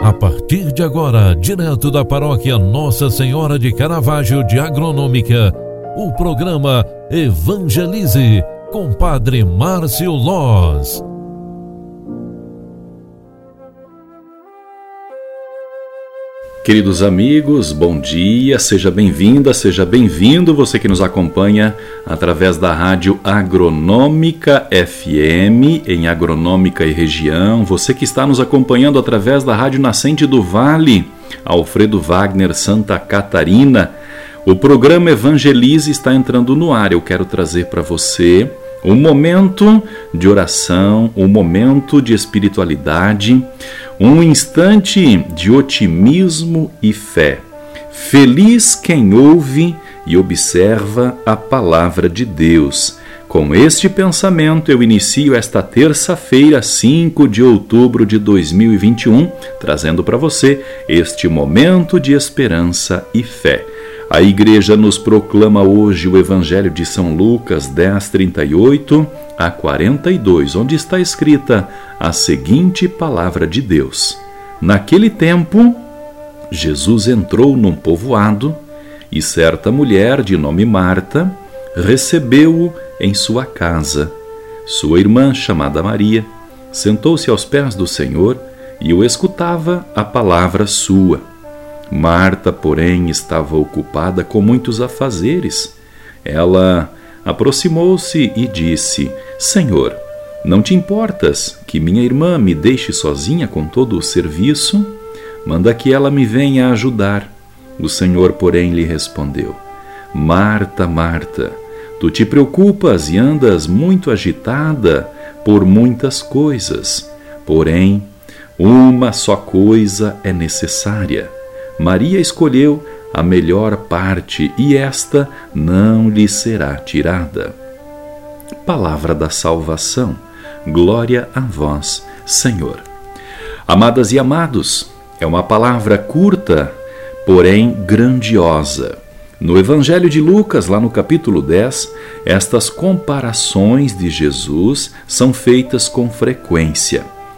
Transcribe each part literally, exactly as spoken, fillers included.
A partir de agora, direto da paróquia Nossa Senhora de Caravaggio de Agronômica, o programa Evangelize com Padre Márcio Loz. Queridos amigos, bom dia, seja bem-vinda, seja bem-vindo você que nos acompanha através da rádio Agronômica F M, em Agronômica e região, você que está nos acompanhando através da Rádio Nascente do Vale, Alfredo Wagner, Santa Catarina. O programa Evangelize está entrando no ar. Eu quero trazer para você um momento de oração, um momento de espiritualidade, um instante de otimismo e fé. Feliz quem ouve e observa a palavra de Deus. Com este pensamento, eu inicio esta terça-feira, cinco de outubro de dois mil e vinte e um, trazendo para você este momento de esperança e fé. A igreja nos proclama hoje o Evangelho de São Lucas dez, trinta e oito a quarenta e dois, onde está escrita a seguinte palavra de Deus. Naquele tempo, Jesus entrou num povoado e certa mulher de nome Marta recebeu-o em sua casa. Sua irmã, chamada Maria, sentou-se aos pés do Senhor e o escutava a palavra sua. Marta, porém, estava ocupada com muitos afazeres. Ela aproximou-se e disse: Senhor, não te importas que minha irmã me deixe sozinha com todo o serviço? Manda que ela me venha ajudar. O Senhor, porém, lhe respondeu: Marta, Marta, tu te preocupas e andas muito agitada por muitas coisas. Porém, uma só coisa é necessária. Maria escolheu a melhor parte e esta não lhe será tirada. Palavra da salvação. Glória a vós, Senhor. Amadas e amados, é uma palavra curta, porém grandiosa. No Evangelho de Lucas, lá no capítulo dez, estas comparações de Jesus são feitas com frequência.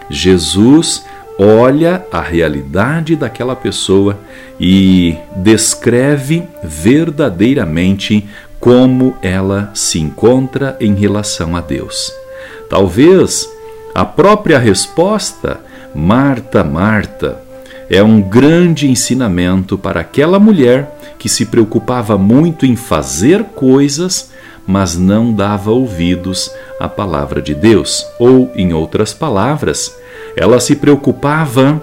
Jesus olha a realidade daquela pessoa e descreve verdadeiramente como ela se encontra em relação a Deus. Talvez a própria resposta, Marta, Marta, é um grande ensinamento para aquela mulher que se preocupava muito em fazer coisas, mas não dava ouvidos à palavra de Deus. Ou, em outras palavras, ela se preocupava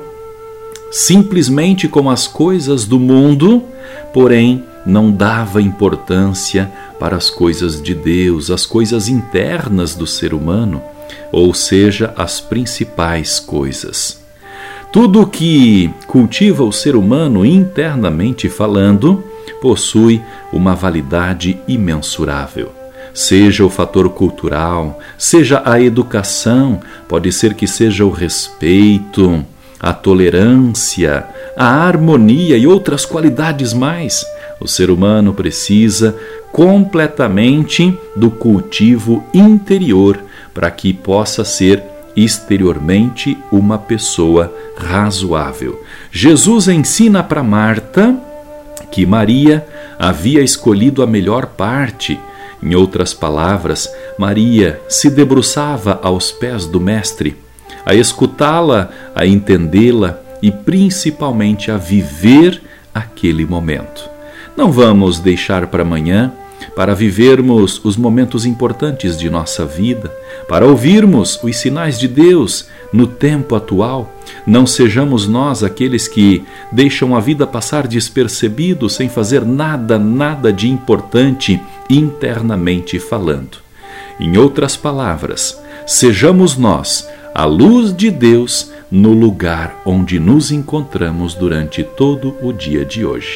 simplesmente com as coisas do mundo, porém não dava importância para as coisas de Deus, as coisas internas do ser humano, ou seja, as principais coisas. Tudo que cultiva o ser humano internamente falando possui uma validade imensurável. Seja o fator cultural, seja a educação, pode ser que seja o respeito, a tolerância, a harmonia e outras qualidades mais. O ser humano precisa completamente do cultivo interior para que possa ser exteriormente uma pessoa razoável. Jesus ensina para Marta que Maria havia escolhido a melhor parte. Em outras palavras, Maria se debruçava aos pés do Mestre, a escutá-la, a entendê-la e principalmente a viver aquele momento. Não vamos deixar para amanhã para vivermos os momentos importantes de nossa vida, para ouvirmos os sinais de Deus no tempo atual. Não sejamos nós aqueles que deixam a vida passar despercebido, sem fazer nada, nada de importante internamente falando. Em outras palavras, sejamos nós a luz de Deus no lugar onde nos encontramos durante todo o dia de hoje.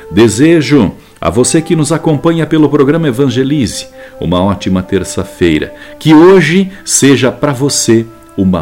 Desejo a você que nos acompanha pelo programa Evangelize uma ótima terça-feira. Que hoje seja para você uma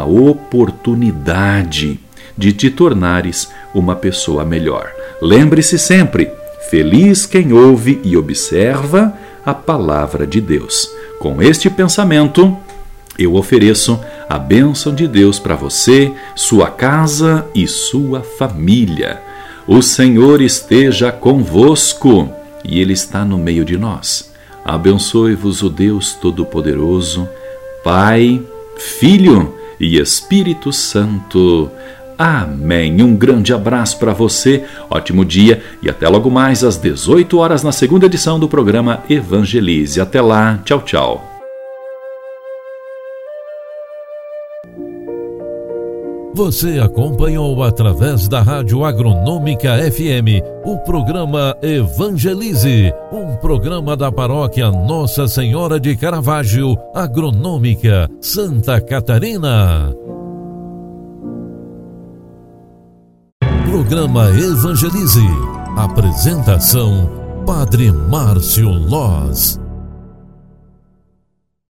oportunidade de te tornares uma pessoa melhor. Lembre-se sempre, feliz quem ouve e observa a palavra de Deus. Com este pensamento, eu ofereço A bênção de Deus para você, sua casa e sua família. O Senhor esteja convosco e Ele está no meio de nós. Abençoe-vos o Deus Todo-Poderoso, Pai, Filho e Espírito Santo. Amém. Um grande abraço para você, ótimo dia e até logo mais às dezoito horas na segunda edição do programa Evangelize. Até lá, tchau, tchau. Você acompanhou através da Rádio Agronômica F M o programa Evangelize, um programa da paróquia Nossa Senhora de Caravaggio, Agronômica, Santa Catarina. Programa Evangelize. Apresentação: Padre Márcio Loz.